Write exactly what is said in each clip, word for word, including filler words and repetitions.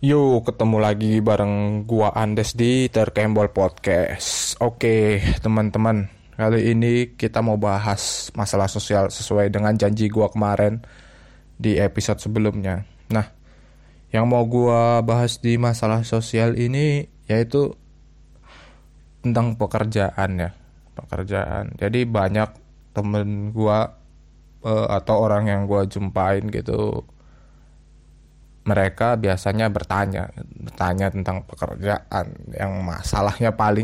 Yuk ketemu lagi bareng gua Andes di Terkembol Podcast. Oke teman-teman, kali ini kita mau bahas masalah sosial sesuai dengan janji gua kemarin di episode sebelumnya. Nah, yang mau gua bahas di masalah sosial ini yaitu tentang pekerjaan ya. Pekerjaan. Jadi banyak temen gua uh, atau orang yang gua jumpain gitu, mereka biasanya bertanya bertanya tentang pekerjaan yang masalahnya paling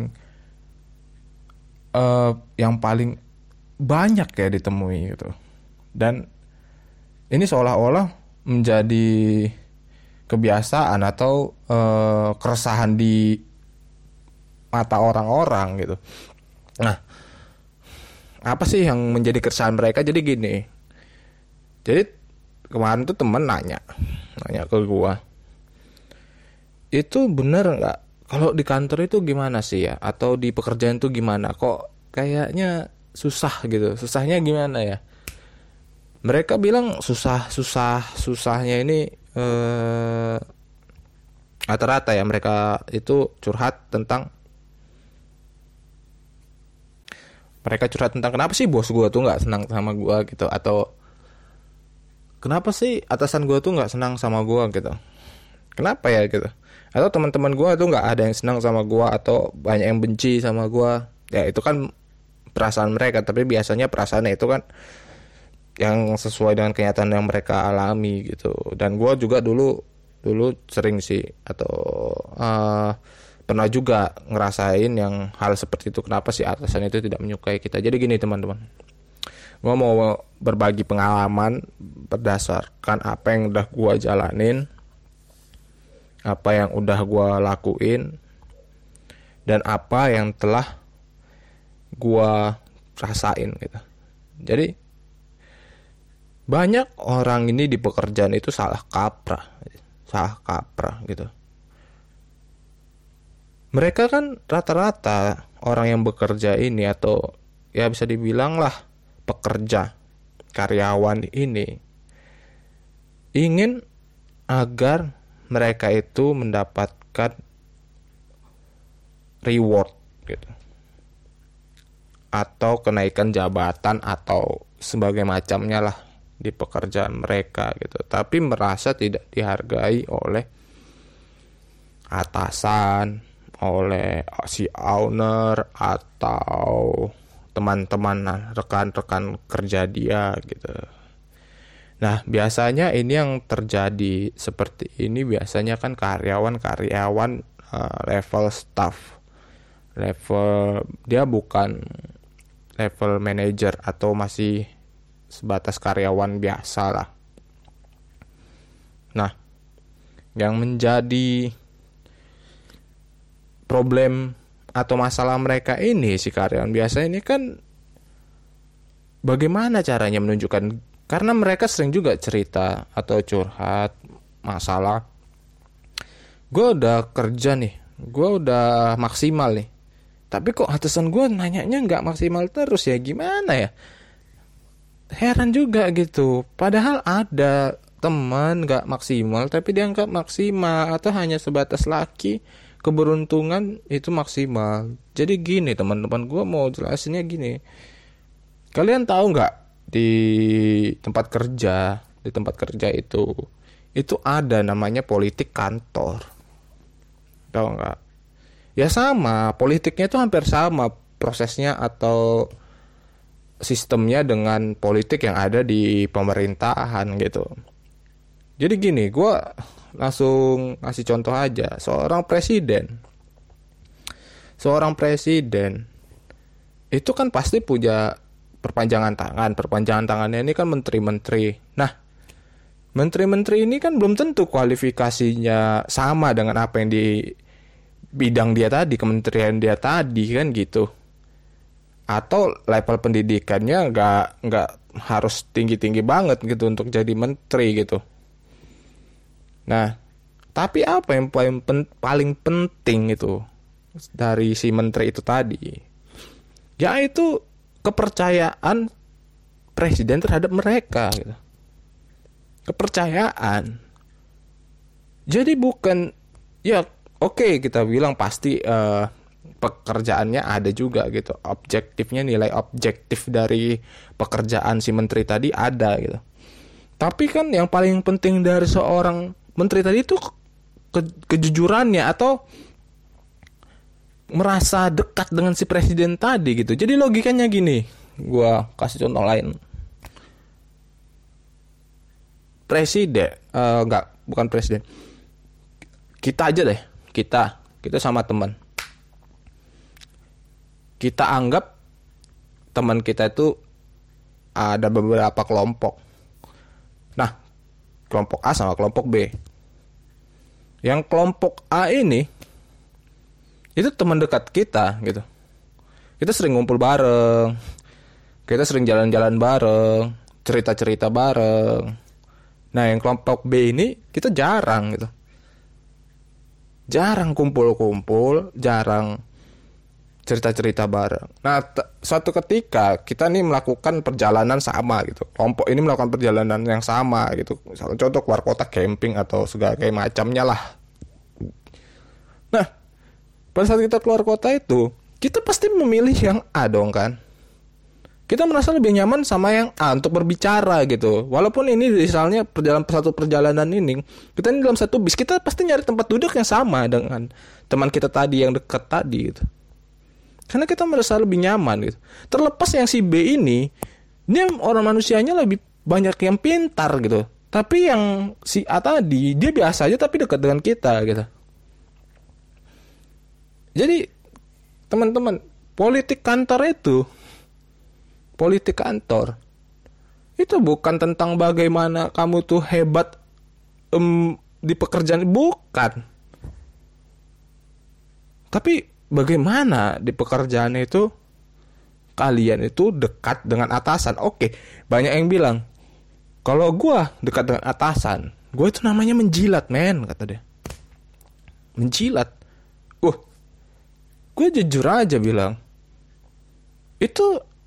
uh, yang paling banyak ya ditemui gitu. Dan ini seolah-olah menjadi kebiasaan atau uh, keresahan di mata orang-orang gitu. Nah, apa sih yang menjadi keresahan mereka? Jadi gini, jadi kemarin tuh temen nanya nanya ke gua, itu bener nggak kalau di kantor itu gimana sih ya, atau di pekerjaan itu gimana, kok kayaknya susah gitu, susahnya gimana ya? Mereka bilang susah susah susahnya ini eh, rata-rata ya mereka itu curhat tentang mereka curhat tentang kenapa sih bos gua tuh nggak senang sama gua gitu, atau kenapa sih atasan gue tuh nggak senang sama gue gitu, kenapa ya gitu, atau teman-teman gue tuh nggak ada yang senang sama gue atau banyak yang benci sama gue. Ya itu kan perasaan mereka, tapi biasanya perasaannya itu kan yang sesuai dengan kenyataan yang mereka alami gitu. Dan gue juga dulu dulu sering sih atau uh, pernah juga ngerasain yang hal seperti itu, kenapa sih atasan itu tidak menyukai kita. Jadi gini teman-teman, gue mau berbagi pengalaman berdasarkan apa yang udah gue jalanin, apa yang udah gue lakuin, dan apa yang telah gue rasain gitu. Jadi banyak orang ini di pekerjaan itu salah kaprah, salah kaprah gitu. Mereka kan rata-rata orang yang bekerja ini, atau ya bisa dibilang lah pekerja, karyawan ini ingin agar mereka itu mendapatkan reward gitu, atau kenaikan jabatan atau sebagai macamnya lah di pekerjaan mereka gitu, tapi merasa tidak dihargai oleh atasan, oleh si owner atau teman-teman, rekan-rekan kerja dia gitu. Nah, biasanya ini yang terjadi seperti ini biasanya kan karyawan-karyawan uh, level staff. Level dia bukan level manager atau masih sebatas karyawan biasa lah. Nah, yang menjadi problem atau masalah mereka ini, si karyawan biasa ini kan bagaimana caranya menunjukkan, karena mereka sering juga cerita atau curhat masalah, gue udah kerja nih, gue udah maksimal nih, tapi kok atasan gue nanyanya gak maksimal terus ya, gimana ya, heran juga gitu. Padahal ada teman gak maksimal tapi dianggap maksimal, atau hanya sebatas laki keberuntungan itu maksimal. Jadi gini teman-teman, gue mau jelasinnya gini. Kalian tahu nggak di tempat kerja, di tempat kerja itu itu ada namanya politik kantor. Tahu nggak? Ya sama, politiknya itu hampir sama prosesnya atau sistemnya dengan politik yang ada di pemerintahan gitu. Jadi gini, gue langsung kasih contoh aja. Seorang presiden Seorang presiden itu kan pasti punya perpanjangan tangan. Perpanjangan tangannya ini kan menteri-menteri. Nah, menteri-menteri ini kan belum tentu kualifikasinya sama dengan apa yang di bidang dia tadi, kementerian dia tadi kan gitu. Atau level pendidikannya nggak nggak harus tinggi-tinggi banget gitu untuk jadi menteri gitu. Nah, tapi apa yang paling, pen, paling penting itu dari si menteri itu tadi, yaitu kepercayaan presiden terhadap mereka gitu. Kepercayaan. Jadi bukan ya oke okay, kita bilang pasti uh, pekerjaannya ada juga gitu. Objektifnya, nilai objektif dari pekerjaan si menteri tadi ada gitu. Tapi kan yang paling penting dari seorang menteri tadi itu ke- kejujurannya atau merasa dekat dengan si presiden tadi gitu. Jadi logikanya gini, gua kasih contoh lain. Presiden, uh, enggak, bukan presiden. Kita aja deh, kita, kita sama teman. Kita anggap teman kita itu ada beberapa kelompok. Nah, kelompok A sama kelompok B. Yang kelompok A ini itu teman dekat kita gitu. Kita sering ngumpul bareng. Kita sering jalan-jalan bareng, cerita-cerita bareng. Nah, yang kelompok B ini kita jarang gitu. Jarang kumpul-kumpul, jarang cerita-cerita bareng. Nah, t- suatu ketika kita nih melakukan perjalanan sama gitu. Kelompok ini melakukan perjalanan yang sama gitu. Misalnya contoh keluar kota camping atau segala kayak macamnya lah. Nah, pada saat kita keluar kota itu, kita pasti memilih yang A dong kan. Kita merasa lebih nyaman sama yang A untuk berbicara gitu. Walaupun ini misalnya perjalanan satu perjalanan ini, kita ini dalam satu bis, kita pasti nyari tempat duduk yang sama dengan teman kita tadi yang dekat tadi gitu. Karena kita merasa lebih nyaman gitu. Terlepas yang si B ini, dia orang manusianya lebih banyak yang pintar gitu. Tapi yang si A tadi, dia biasa aja tapi dekat dengan kita gitu. Jadi teman-teman, politik kantor itu, politik kantor, itu bukan tentang bagaimana kamu tuh hebat um, di pekerjaan, bukan. Tapi bagaimana di pekerjaan itu kalian itu dekat dengan atasan. Oke, banyak yang bilang kalau gue dekat dengan atasan, gue itu namanya menjilat, men, kata dia. Menjilat. Uh, gue jujur aja bilang itu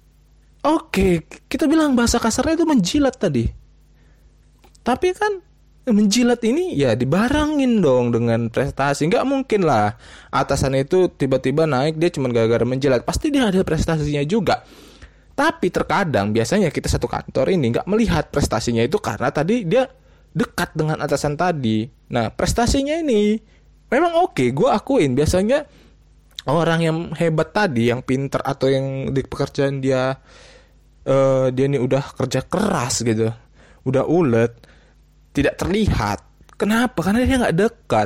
oke, kita bilang bahasa kasarnya itu menjilat tadi. Tapi kan menjilat ini ya dibarengin dong dengan prestasi. Nggak mungkin lah atasan itu tiba-tiba naik dia cuma gara-gara menjilat. Pasti dia ada prestasinya juga. Tapi terkadang biasanya kita satu kantor ini nggak melihat prestasinya itu karena tadi dia dekat dengan atasan tadi. Nah, prestasinya ini memang oke, gue akuin. Biasanya orang yang hebat tadi, yang pintar atau yang di pekerjaan dia uh, dia ini udah kerja keras gitu, udah ulet, tidak terlihat. Kenapa? Karena dia nggak dekat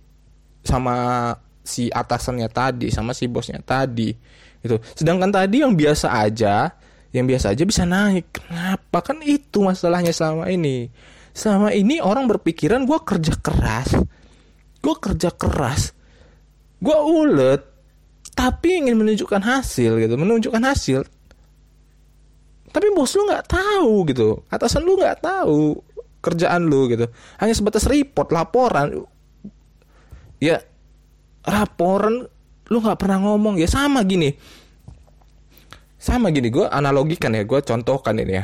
sama si atasannya tadi, sama si bosnya tadi. Itu. Sedangkan tadi yang biasa aja, yang biasa aja bisa naik. Kenapa? Kan itu masalahnya selama ini. Selama ini orang berpikiran gue kerja keras, gue kerja keras, gue ulet, tapi ingin menunjukkan hasil gitu, menunjukkan hasil. Tapi bos lu nggak tahu gitu, atasan lu nggak tahu kerjaan lu gitu, hanya sebatas report, laporan. Ya laporan, lu nggak pernah ngomong. Ya sama gini, sama gini. Gue analogikan ya, gue contohkan ini ya.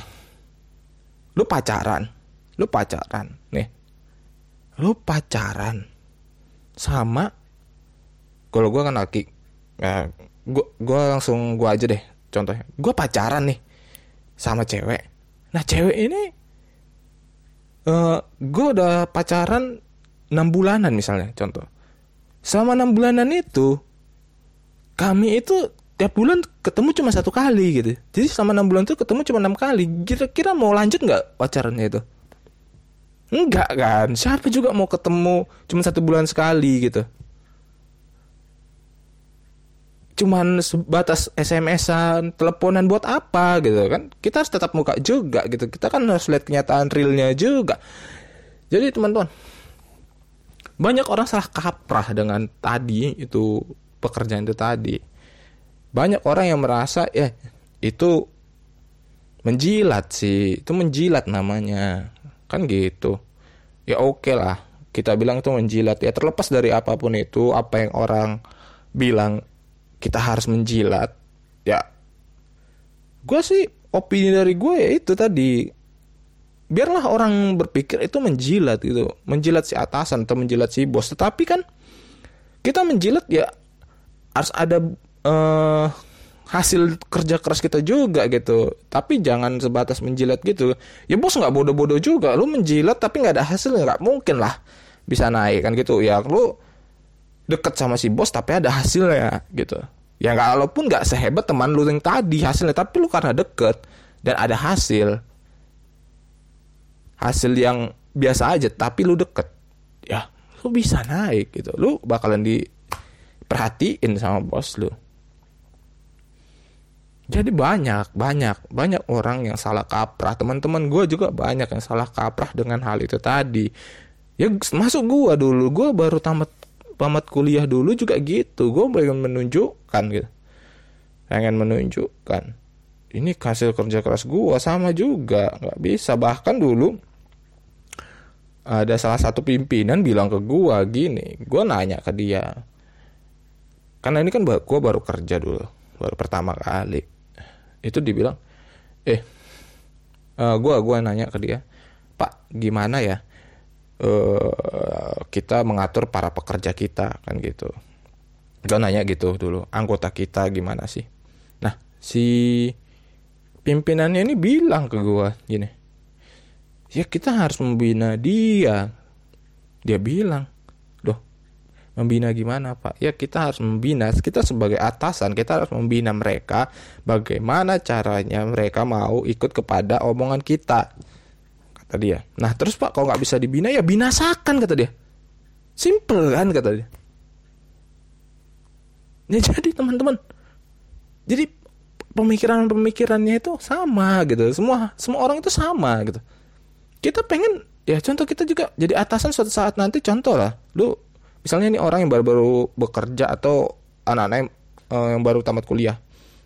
Lu pacaran, lu pacaran nih, lu pacaran sama, kalau gue kan laki, ya gue gue langsung gue aja deh contohnya. Gue pacaran nih sama cewek. Nah cewek ini Uh, gue udah pacaran enam bulanan misalnya, contoh. Selama enam bulanan itu kami itu tiap bulan ketemu cuma satu kali gitu. Jadi selama enam bulan itu ketemu cuma enam kali. Kira-kira mau lanjut gak pacarannya itu? Enggak kan. Siapa juga mau ketemu cuma satu bulan sekali gitu. Cuman sebatas S M S-an, teleponan buat apa gitu kan. Kita harus tetap muka juga gitu. Kita kan harus lihat kenyataan realnya juga. Jadi teman-teman, banyak orang salah kaprah dengan tadi itu, pekerjaan itu tadi. Banyak orang yang merasa ya itu menjilat sih, itu menjilat namanya. Kan gitu. Ya oke okay lah, kita bilang itu menjilat. Ya terlepas dari apapun itu, apa yang orang bilang kita harus menjilat, ya gue sih opini dari gue ya itu tadi, biarlah orang berpikir itu menjilat gitu, menjilat si atasan atau menjilat si bos. Tetapi kan kita menjilat ya harus ada uh, hasil kerja keras kita juga gitu. Tapi jangan sebatas menjilat gitu. Ya bos nggak bodoh-bodoh juga. Lu menjilat tapi nggak ada hasil, nggak mungkin lah bisa naik kan gitu. Ya lu deket sama si bos tapi ada hasilnya gitu. Ya nggak, walaupun nggak sehebat teman lu yang tadi hasilnya, tapi lu karena deket dan ada hasil, hasil yang biasa aja tapi lu deket, ya lu bisa naik gitu. Lu bakalan diperhatiin sama bos lu. Jadi banyak banyak banyak orang yang salah kaprah. Teman-teman gue juga banyak yang salah kaprah dengan hal itu tadi. Ya masuk gue dulu, gue baru tamat tamat kuliah dulu juga gitu. Gue pengen menunjukkan gitu, pengen menunjukkan ini hasil kerja keras gue sama juga. Nggak bisa. Bahkan dulu ada salah satu pimpinan bilang ke gue gini, gue nanya ke dia, karena ini kan gue baru kerja dulu, baru pertama kali. Itu dibilang, eh, uh, gue gue nanya ke dia, Pak, gimana ya uh, kita mengatur para pekerja kita kan gitu. Gue nanya gitu dulu, anggota kita gimana sih? Nah, si pimpinannya ini bilang ke gue gini, ya kita harus membina dia. Dia bilang, loh, membina gimana Pak? Ya kita harus membina, kita sebagai atasan kita harus membina mereka bagaimana caranya mereka mau ikut kepada omongan kita, kata dia. Nah terus Pak, kalau nggak bisa dibina ya binasakan, kata dia. Simple kan, kata dia. Ya jadi teman-teman, jadi pemikiran-pemikirannya itu sama gitu. Semua semua orang itu sama gitu. Kita pengen, ya contoh kita juga jadi atasan suatu saat nanti. Contoh lah, lu misalnya nih orang yang baru-baru bekerja atau anak-anak yang, uh, yang baru tamat kuliah.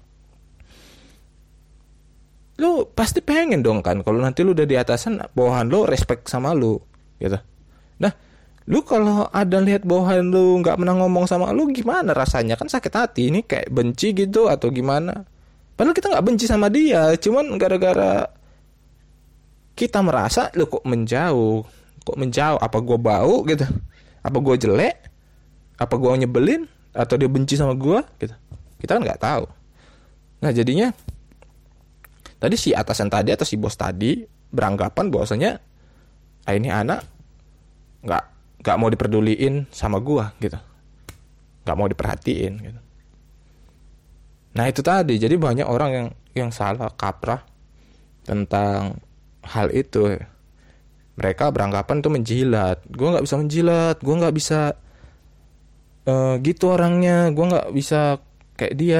Lu pasti pengen dong kan kalau nanti lu udah di atasan, bawahan lu respect sama lu gitu. Nah, lu kalau ada lihat bawahan lu nggak pernah ngomong sama lu, gimana rasanya? Kan sakit hati, ini kayak benci gitu atau gimana? Padahal kita nggak benci sama dia, cuman gara-gara kita merasa lu kok menjauh, kok menjauh? Apa gua bau gitu? Apa gua jelek? Apa gua nyebelin? Atau dia benci sama gua gitu? Kita kan nggak tahu. Nah jadinya tadi si atasan tadi atau si bos tadi beranggapan bahwasanya ah, ini anak nggak nggak mau diperduliin sama gua gitu, nggak mau diperhatiin gitu. Nah itu tadi, jadi banyak orang yang yang salah kaprah tentang hal itu. Mereka beranggapan tuh menjilat. Gue nggak bisa menjilat, gue nggak bisa uh, gitu orangnya, gue nggak bisa kayak dia.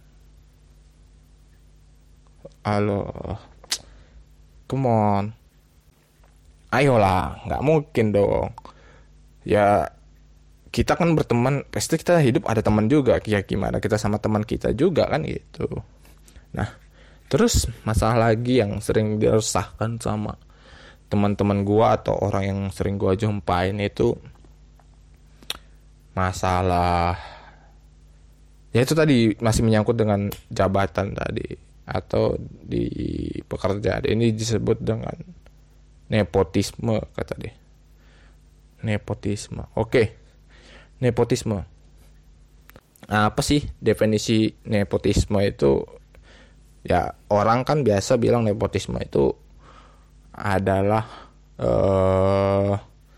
Halo, come on, ayolah, nggak mungkin dong. Ya kita kan berteman, pasti kita hidup ada teman juga. Ya gimana kita sama teman kita juga kan gitu. Nah, terus masalah lagi yang sering diresahkan sama teman-teman gua atau orang yang sering gua jumpain itu masalah, ya itu tadi masih menyangkut dengan jabatan tadi atau di pekerjaan. Ini disebut dengan nepotisme, kata dia. Nepotisme. Oke. Nepotisme. Nah, apa sih definisi nepotisme itu? Ya, orang kan biasa bilang nepotisme itu adalah uh,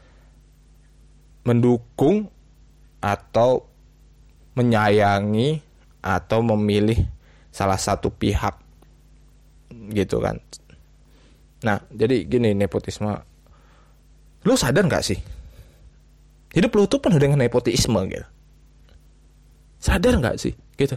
mendukung atau menyayangi atau memilih salah satu pihak gitu kan. Nah, jadi gini nepotisme. Lu sadar gak sih? Hidup lu tuh penuh dengan nepotisme gitu. Sadar gak sih? Gitu.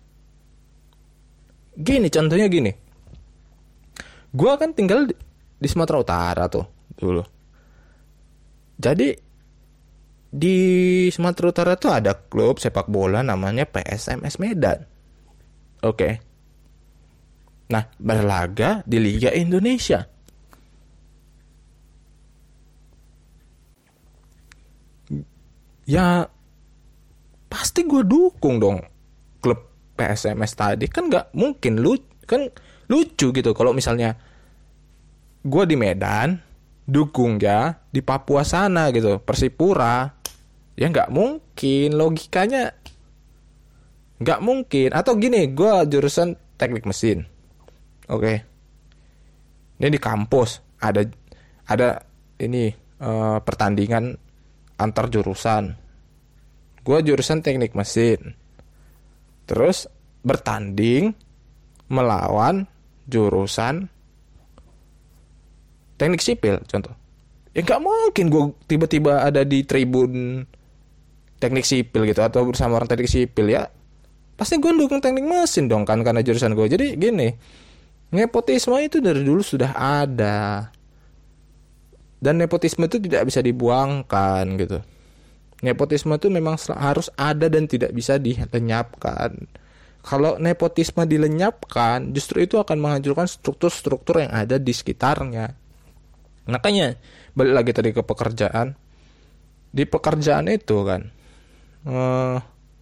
Gini, contohnya gini. Gua kan tinggal di, di Sumatera Utara tuh dulu. Jadi di Sumatera Utara tuh ada klub sepak bola namanya P S M S Medan. Oke. Okay. Nah, berlaga di Liga Indonesia. Ya pasti gue dukung dong klub P S M S tadi. Kan gak mungkin lu kan lucu gitu kalau misalnya gue di Medan, dukung ya di Papua sana gitu, Persipura. Ya nggak mungkin, logikanya nggak mungkin. Atau gini, gue jurusan teknik mesin, oke, ini di kampus ada ada ini uh, pertandingan antar jurusan. Gue jurusan teknik mesin, terus bertanding melawan jurusan teknik sipil contoh. Ya nggak mungkin gue tiba-tiba ada di tribun teknik sipil gitu atau bersama orang teknik sipil. Ya pasti gue dukung teknik mesin dong kan, karena jurusan gue. Jadi gini, nepotisme itu dari dulu sudah ada, dan nepotisme itu tidak bisa dibuangkan gitu. Nepotisme itu memang harus ada dan tidak bisa dilenyapkan. Kalau nepotisme dilenyapkan, justru itu akan menghancurkan struktur-struktur yang ada di sekitarnya. Makanya balik lagi tadi ke pekerjaan. Di pekerjaan itu kan, eh,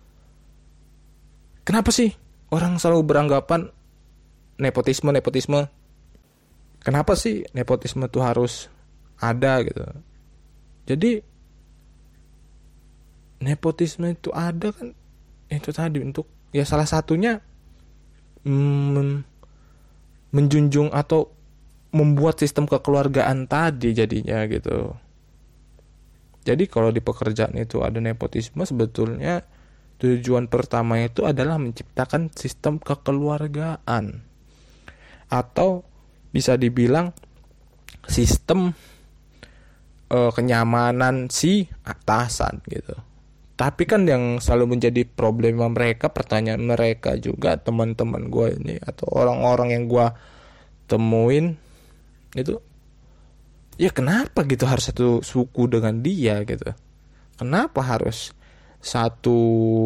kenapa sih orang selalu beranggapan nepotisme nepotisme? Kenapa sih nepotisme itu harus ada gitu? Jadi nepotisme itu ada kan itu tadi untuk ya salah satunya mm, menjunjung atau membuat sistem kekeluargaan tadi jadinya gitu. Jadi kalau di pekerjaan itu ada nepotisme, sebetulnya tujuan pertama itu adalah menciptakan sistem kekeluargaan, atau bisa dibilang sistem uh, kenyamanan si atasan gitu. Tapi kan yang selalu menjadi problema mereka, pertanyaan mereka juga, teman-teman gue ini atau orang-orang yang gue temuin itu, ya kenapa gitu harus satu suku dengan dia gitu? Kenapa harus satu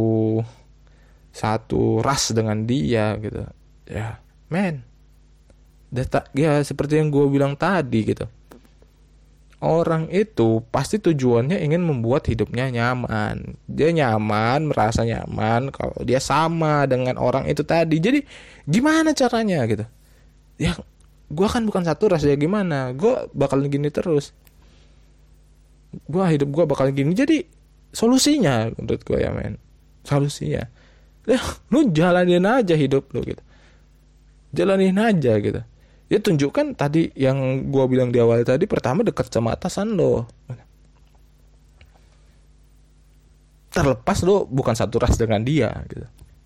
satu ras dengan dia gitu? Ya, men. Data ya seperti yang gue bilang tadi gitu. Orang itu pasti tujuannya ingin membuat hidupnya nyaman. Dia nyaman, merasa nyaman kalau dia sama dengan orang itu tadi. Jadi gimana caranya gitu? Ya gue kan bukan satu ras, ya gimana? Gue bakal gini terus. Gue hidup gue bakal gini. Jadi solusinya menurut gue ya men, solusinya ya lu jalanin aja hidup lu gitu. Jalanin aja gitu. Ya tunjukkan tadi yang gue bilang di awal tadi, pertama dekat sama atasan lo. Terlepas lo bukan satu ras dengan dia gitu.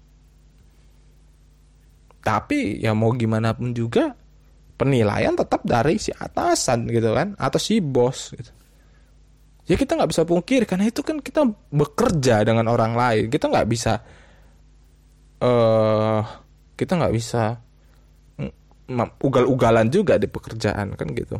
Tapi ya mau gimana pun juga penilaian tetap dari si atasan gitu kan, atau si bos gitu. Ya kita nggak bisa pungkiri, karena itu kan kita bekerja dengan orang lain. Kita nggak bisa uh, kita nggak bisa ugal-ugalan juga di pekerjaan kan gitu.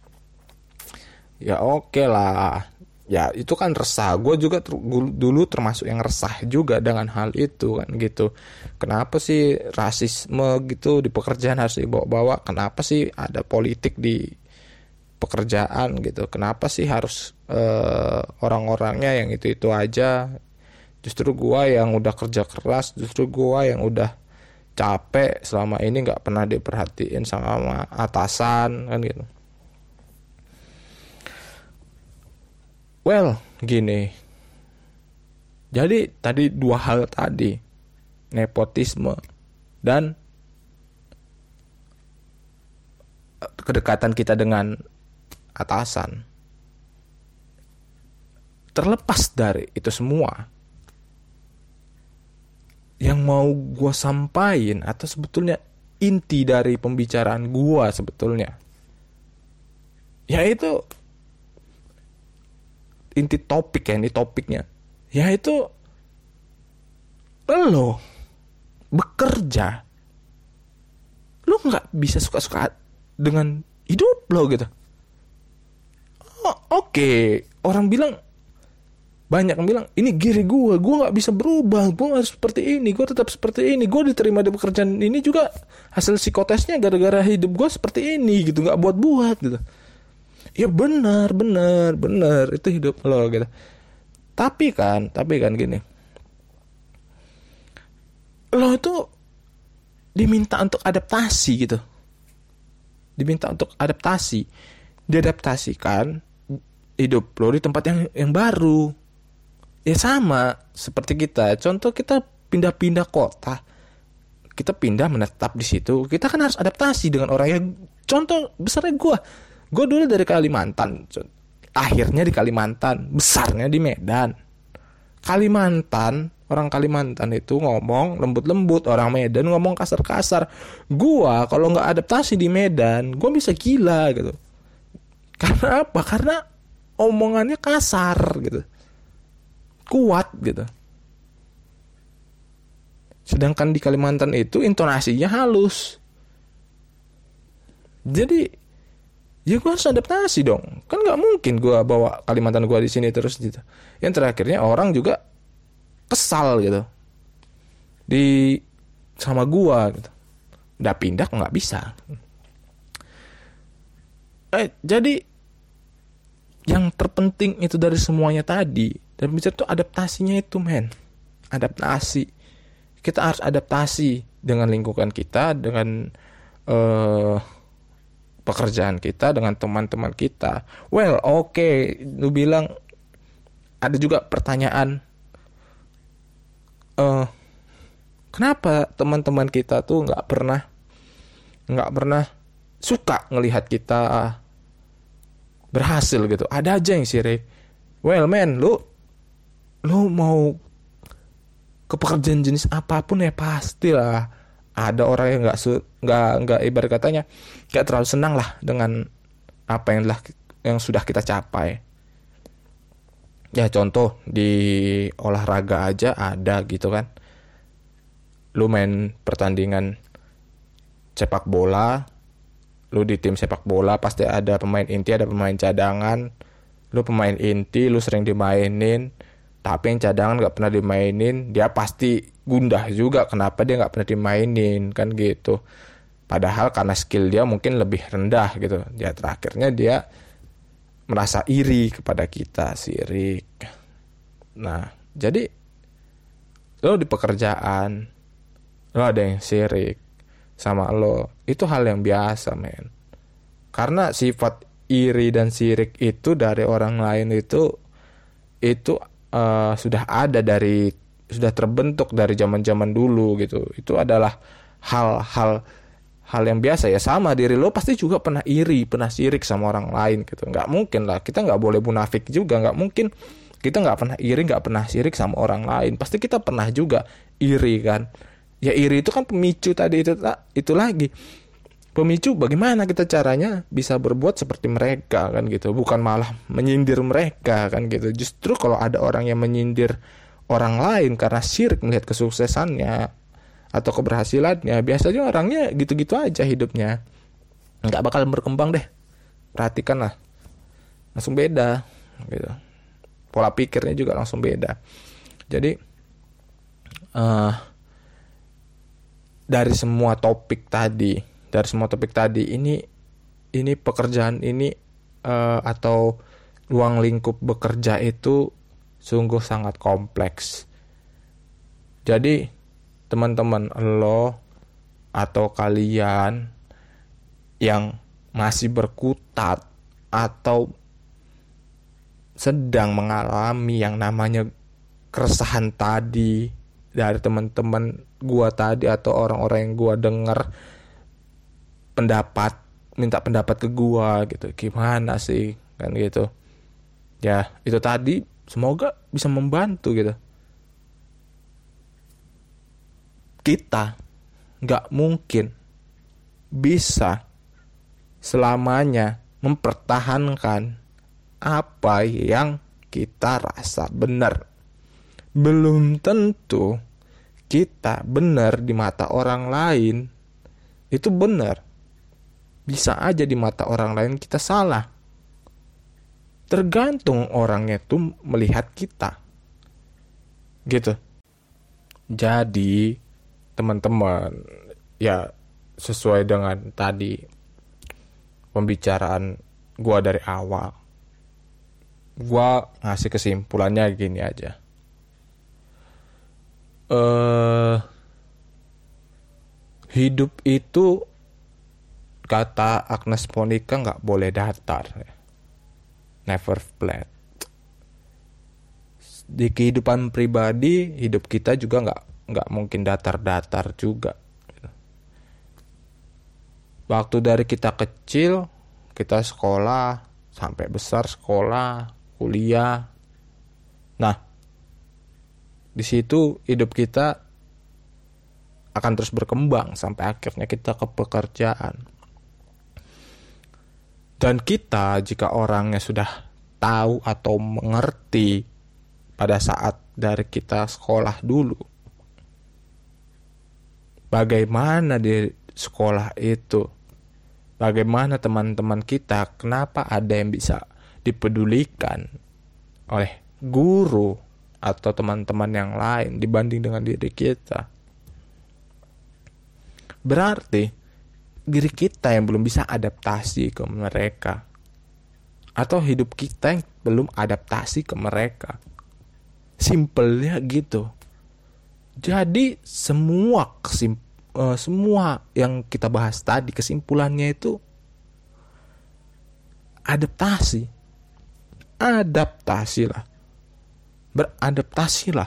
Ya oke okay lah. Ya itu kan resah. Gue juga ter- dulu termasuk yang resah juga dengan hal itu kan gitu. Kenapa sih rasisme gitu di pekerjaan harus dibawa-bawa? Kenapa sih ada politik di pekerjaan gitu? Kenapa sih harus uh, orang-orangnya yang itu-itu aja? Justru gue yang udah kerja keras, justru gue yang udah capek selama ini nggak pernah diperhatiin sama atasan kan gitu. Well, gini. Jadi tadi dua hal tadi, nepotisme dan kedekatan kita dengan atasan. Terlepas dari itu semua, yang mau gue sampaikan atau sebetulnya inti dari pembicaraan gue sebetulnya, yaitu inti topik ya, ini topiknya, yaitu lo bekerja, lo nggak bisa suka-suka dengan hidup lo gitu. Oh, oke, okay. Orang bilang, banyak yang bilang ini giri gue, gue nggak bisa berubah, gue harus seperti ini, gue tetap seperti ini, gue diterima di pekerjaan ini juga hasil psikotesnya gara-gara hidup gue seperti ini gitu, nggak buat-buat gitu. Ya benar, benar, benar, itu hidup lo gitu. Tapi kan, tapi kan gini, lo itu diminta untuk adaptasi gitu. diminta untuk adaptasi. Diadaptasikan hidup lo di tempat yang yang baru. Ya sama seperti kita. Contoh kita pindah-pindah kota. Kita pindah menetap di situ. Kita kan harus adaptasi dengan orang yang, contoh besarnya gue. Gue dulu dari Kalimantan. Akhirnya di Kalimantan. Besarnya di Medan. Kalimantan, orang Kalimantan itu ngomong lembut-lembut. Orang Medan ngomong kasar-kasar. Gue kalau gak adaptasi di Medan, gue bisa gila gitu. Karena apa? Karena omongannya kasar gitu. Kuat gitu. Sedangkan di Kalimantan itu intonasinya halus. Jadi ya gue harus adaptasi dong. Kan gak mungkin gue bawa Kalimantan gue di sini terus gitu. Yang terakhirnya orang juga kesal gitu di sama gue gitu. Udah pindah nggak bisa. Eh jadi yang terpenting itu dari semuanya tadi, dan bicara tuh adaptasinya itu men. Adaptasi. Kita harus adaptasi dengan lingkungan kita, dengan uh, pekerjaan kita, dengan teman-teman kita. Well, oke, okay. Lu bilang ada juga pertanyaan, uh, kenapa teman-teman kita tuh nggak pernah, nggak pernah suka ngelihat kita berhasil gitu? Ada aja yang sirik. Well, man, lu, lu mau ke pekerjaan jenis apapun ya pastilah ada orang yang nggak su- nggak nggak ibarat katanya nggak terlalu senang lah dengan apa yang lah yang sudah kita capai. Ya contoh di olahraga aja ada gitu kan. Lu main pertandingan sepak bola, lu di tim sepak bola pasti ada pemain inti, ada pemain cadangan. Lu pemain inti, lu sering dimainin. Tapi yang cadangan gak pernah dimainin, dia pasti gundah juga kenapa dia gak pernah dimainin, kan gitu. Padahal karena skill dia mungkin lebih rendah gitu. Ya terakhirnya dia merasa iri kepada kita, sirik. Nah, jadi lo di pekerjaan, lo ada yang sirik sama lo, itu hal yang biasa men. Karena sifat iri dan sirik itu dari orang lain itu, itu Uh, sudah ada dari sudah terbentuk dari zaman-zaman dulu gitu. Itu adalah hal-hal hal yang biasa ya. Sama diri lo pasti juga pernah iri, pernah sirik sama orang lain gitu. Nggak mungkin lah, kita nggak boleh munafik juga. Nggak mungkin kita nggak pernah iri, nggak pernah sirik sama orang lain. Pasti kita pernah juga iri kan. Ya iri itu kan pemicu tadi itu itu lagi. Pemicu bagaimana kita caranya bisa berbuat seperti mereka kan gitu, bukan malah menyindir mereka kan gitu. Justru kalau ada orang yang menyindir orang lain karena syirik melihat kesuksesannya atau keberhasilannya, biasanya orangnya gitu-gitu aja hidupnya, nggak bakal berkembang deh. Perhatikan lah, langsung beda gitu. Pola pikirnya juga langsung beda. Jadi uh, dari semua topik tadi Dari semua topik tadi ini ini pekerjaan ini uh, atau ruang lingkup bekerja itu sungguh sangat kompleks. Jadi teman-teman lo atau kalian yang masih berkutat atau sedang mengalami yang namanya keresahan tadi dari teman-teman gua tadi atau orang-orang yang gua dengar pendapat, minta pendapat ke gua gitu, gimana sih kan gitu ya. Itu tadi semoga bisa membantu gitu. Kita gak mungkin bisa selamanya mempertahankan apa yang kita rasa benar. Belum tentu kita benar di mata orang lain itu benar. Bisa aja di mata orang lain kita salah. Tergantung orangnya tuh melihat kita. Gitu. Jadi, teman-teman, ya sesuai dengan tadi pembicaraan gua dari awal. Gua ngasih kesimpulannya gini aja. Eh, hidup itu kata Agnes Monica nggak boleh datar, never flat. Di kehidupan pribadi, hidup kita juga nggak nggak mungkin datar-datar juga. Waktu dari kita kecil, kita sekolah sampai besar, sekolah, kuliah. Nah, di situ hidup kita akan terus berkembang sampai akhirnya kita ke pekerjaan. Dan kita, jika orangnya sudah tahu atau mengerti pada saat dari kita sekolah dulu, bagaimana di sekolah itu, bagaimana teman-teman kita, kenapa ada yang bisa dipedulikan oleh guru atau teman-teman yang lain dibanding dengan diri kita. Berarti diri kita yang belum bisa adaptasi ke mereka, atau hidup kita yang belum adaptasi ke mereka. Simpelnya gitu. Jadi semua kesim, uh, semua yang kita bahas tadi, kesimpulannya itu adaptasi. Adaptasilah. Beradaptasilah.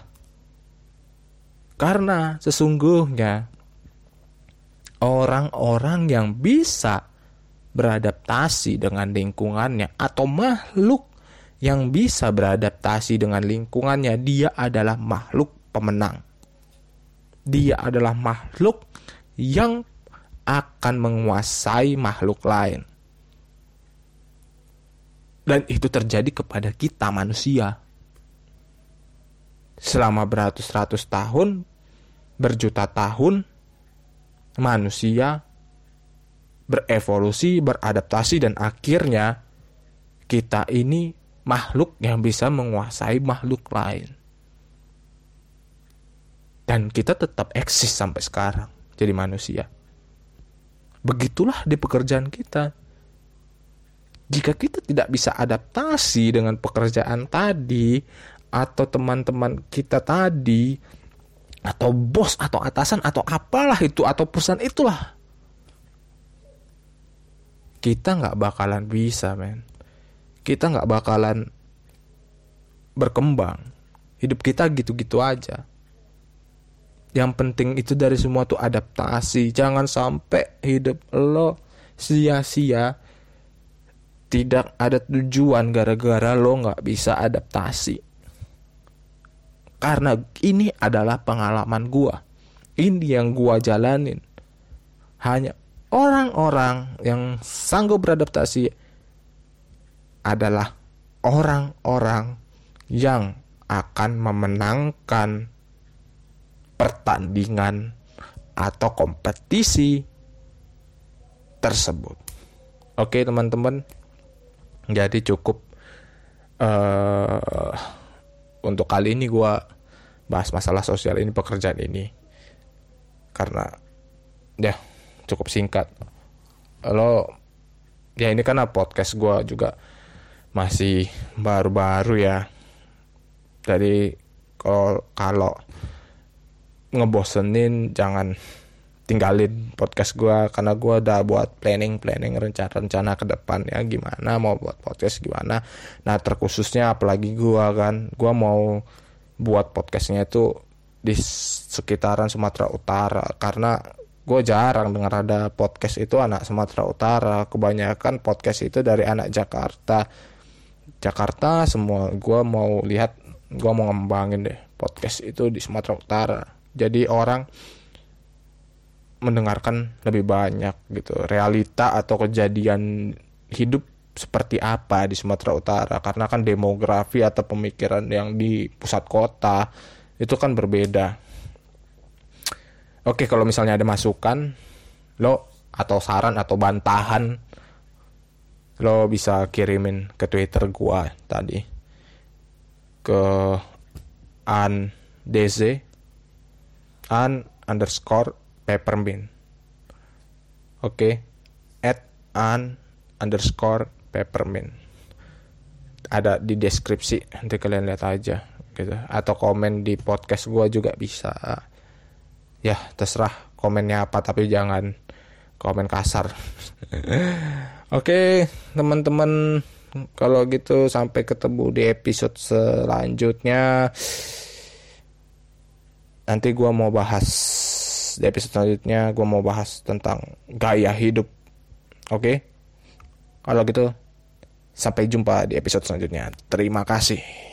Karena sesungguhnya orang-orang yang bisa beradaptasi dengan lingkungannya, atau makhluk yang bisa beradaptasi dengan lingkungannya, dia adalah makhluk pemenang. Dia adalah makhluk yang akan menguasai makhluk lain. Dan itu terjadi kepada kita manusia. Selama beratus-ratus tahun, berjuta tahun, manusia berevolusi, beradaptasi, dan akhirnya kita ini makhluk yang bisa menguasai makhluk lain. Dan kita tetap eksis sampai sekarang jadi manusia. Begitulah di pekerjaan kita. Jika kita tidak bisa adaptasi dengan pekerjaan tadi, atau teman-teman kita tadi, atau bos, atau atasan, atau apalah itu, atau perusahaan itulah, kita gak bakalan bisa, men. Kita gak bakalan berkembang. Hidup kita gitu-gitu aja. Yang penting itu dari semua tuh adaptasi. Jangan sampai hidup lo sia-sia, tidak ada tujuan gara-gara lo gak bisa adaptasi. Karena ini adalah pengalaman gua. Ini yang gua jalanin. Hanya orang-orang yang sanggup beradaptasi adalah orang-orang yang akan memenangkan pertandingan atau kompetisi tersebut. Oke teman-teman, jadi cukup uh, untuk kali ini gue bahas masalah sosial ini, pekerjaan ini, karena ya cukup singkat. Lo ya ini karena podcast gue juga masih baru-baru ya, jadi kalau kalau ngebosenin jangan tinggalin podcast gue, karena gue udah buat planning-planning rencana-rencana ke depan ya, gimana mau buat podcast gimana. Nah terkhususnya apalagi gue kan, gue mau buat podcastnya itu di sekitaran Sumatera Utara, karena gue jarang dengar ada podcast itu anak Sumatera Utara. Kebanyakan podcast itu dari anak Jakarta. Jakarta semua. Gue mau lihat, gue mau ngembangin deh podcast itu di Sumatera Utara. Jadi orang mendengarkan lebih banyak gitu, realita atau kejadian hidup seperti apa di Sumatera Utara, karena kan demografi atau pemikiran yang di pusat kota itu kan berbeda. Oke, kalau misalnya ada masukan lo atau saran atau bantahan, lo bisa kirimin ke Twitter gua tadi, ke andz an underscore peppermint. Oke, at an underscore peppermint. Ada di deskripsi, nanti kalian lihat aja gitu. Atau komen di podcast gue juga bisa. Ya terserah komennya apa, tapi jangan komen kasar. Oke, teman-teman, kalau gitu sampai ketemu di episode selanjutnya. Nanti gue mau bahas di episode selanjutnya, gue mau bahas tentang gaya hidup. Oke, kalau gitu sampai jumpa di episode selanjutnya. Terima kasih.